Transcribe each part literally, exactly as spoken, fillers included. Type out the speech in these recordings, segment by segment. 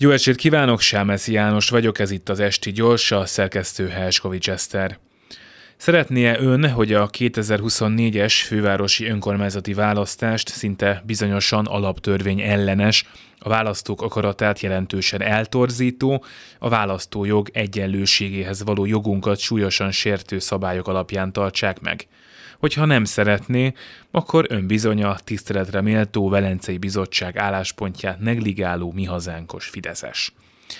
Jó estét kívánok, Sámeszi János vagyok, ez itt az Esti Gyors, a szerkesztő Helskovics Eszter. Szeretné-e ön, hogy a kétezer-huszonnégyes fővárosi önkormányzati választást szinte bizonyosan alaptörvény ellenes, a választók akaratát jelentősen eltorzító, a választójog egyenlőségéhez való jogunkat súlyosan sértő szabályok alapján tartsák meg? Hogyha nem szeretné, akkor ön bizony a tiszteletre méltó Velencei Bizottság álláspontját negligáló mi hazánkos fideszes.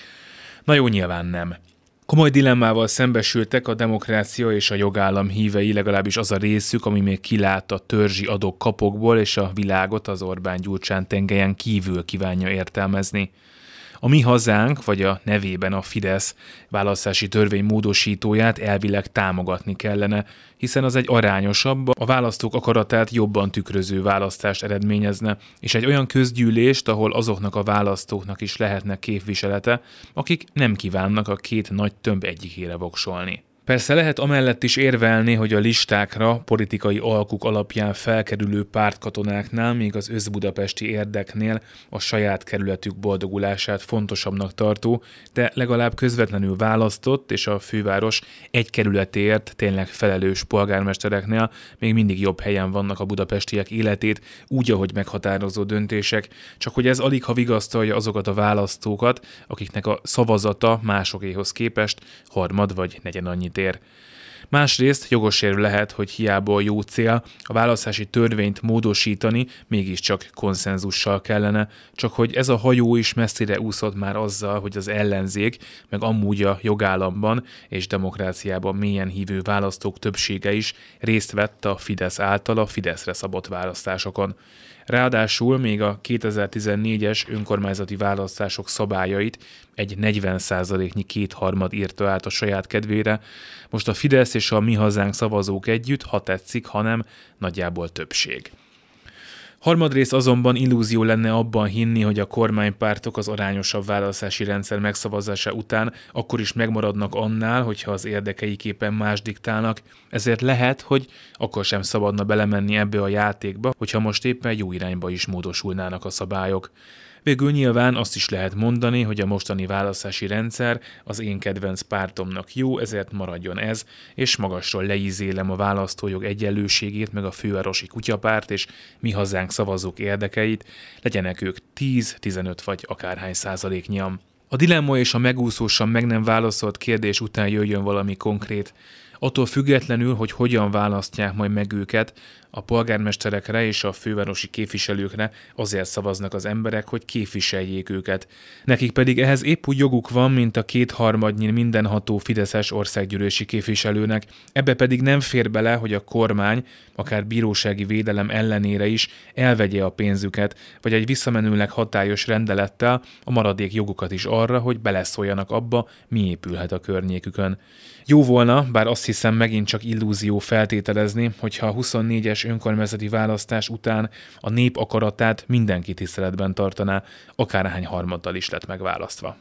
Na jó, nyilván nem. Komoly dilemmával szembesültek a demokrácia és a jogállam hívei, legalábbis az a részük, ami még kilát a törzsi adok-kapokból, és a világot az Orbán-Gyurcsán tengelyen kívül kívánja értelmezni. A mi hazánk, vagy a nevében a Fidesz választási törvény módosítóját elvileg támogatni kellene, hiszen az egy arányosabb, a választók akaratát jobban tükröző választást eredményezne, és egy olyan közgyűlést, ahol azoknak a választóknak is lehetne képviselete, akik nem kívánnak a két nagy tömb egyikére voksolni. Persze lehet amellett is érvelni, hogy a listákra politikai alkuk alapján felkerülő pártkatonáknál, még az összbudapesti érdeknél a saját kerületük boldogulását fontosabbnak tartó, de legalább közvetlenül választott és a főváros egy kerületéért tényleg felelős polgármestereknél még mindig jobb helyen vannak a budapestiek életét, úgy, ahogy meghatározó döntések, csak hogy ez alig ha vigasztalja azokat a választókat, akiknek a szavazata másokéhoz képest harmad vagy negyen annyit ér. Másrészt jogos érv lehet, hogy hiába a jó cél, a választási törvényt módosítani mégiscsak konszenzussal kellene, csak hogy ez a hajó is messzire úszott már azzal, hogy az ellenzék, meg amúgy a jogállamban és demokráciában mélyen hívő választók többsége is részt vett a Fidesz által a Fideszre szabott választásokon. Ráadásul még a kétezer-tizennégyes önkormányzati választások szabályait egy negyven százaléknyi kétharmad írta át a saját kedvére, most a Fidesz és a mi hazánk szavazók együtt, ha tetszik, ha nem, nagyjából többség. Harmadrészt azonban illúzió lenne abban hinni, hogy a kormánypártok az arányosabb választási rendszer megszavazása után akkor is megmaradnak annál, hogyha az érdekeiképpen más diktálnak, ezért lehet, hogy akkor sem szabadna belemenni ebbe a játékba, hogyha most éppen jó irányba is módosulnának a szabályok. Végül nyilván azt is lehet mondani, hogy a mostani választási rendszer az én kedvenc pártomnak jó, ezért maradjon ez, és magasról leízélem a választójog egyenlőségét, meg a fővárosi kutyapárt és mi hazánk szavazók érdekeit, legyenek ők tíz, tizenöt vagy akárhány százaléknyian. A dilemma és a megúszósan meg nem válaszolt kérdés után jöjjön valami konkrét. Attól függetlenül, hogy hogyan választják majd meg őket, a polgármesterekre és a fővárosi képviselőkre azért szavaznak az emberek, hogy képviseljék őket. Nekik pedig ehhez épp úgy joguk van, mint a kétharmadnyi mindenható fideszes országgyűlési képviselőnek. Ebbe pedig nem fér bele, hogy a kormány, akár bírósági védelem ellenére is elvegye a pénzüket, vagy egy visszamenőleg hatályos rendelettel a maradék jogukat is arra, hogy beleszóljanak abba, mi épülhet a környékükön. Jó volna, bár azt hiszem megint csak illúzió feltételezni, hogyha a huszonnégyes önkormányzati választás után a nép akaratát mindenki tiszteletben tartaná, akárhány harmaddal is lett megválasztva.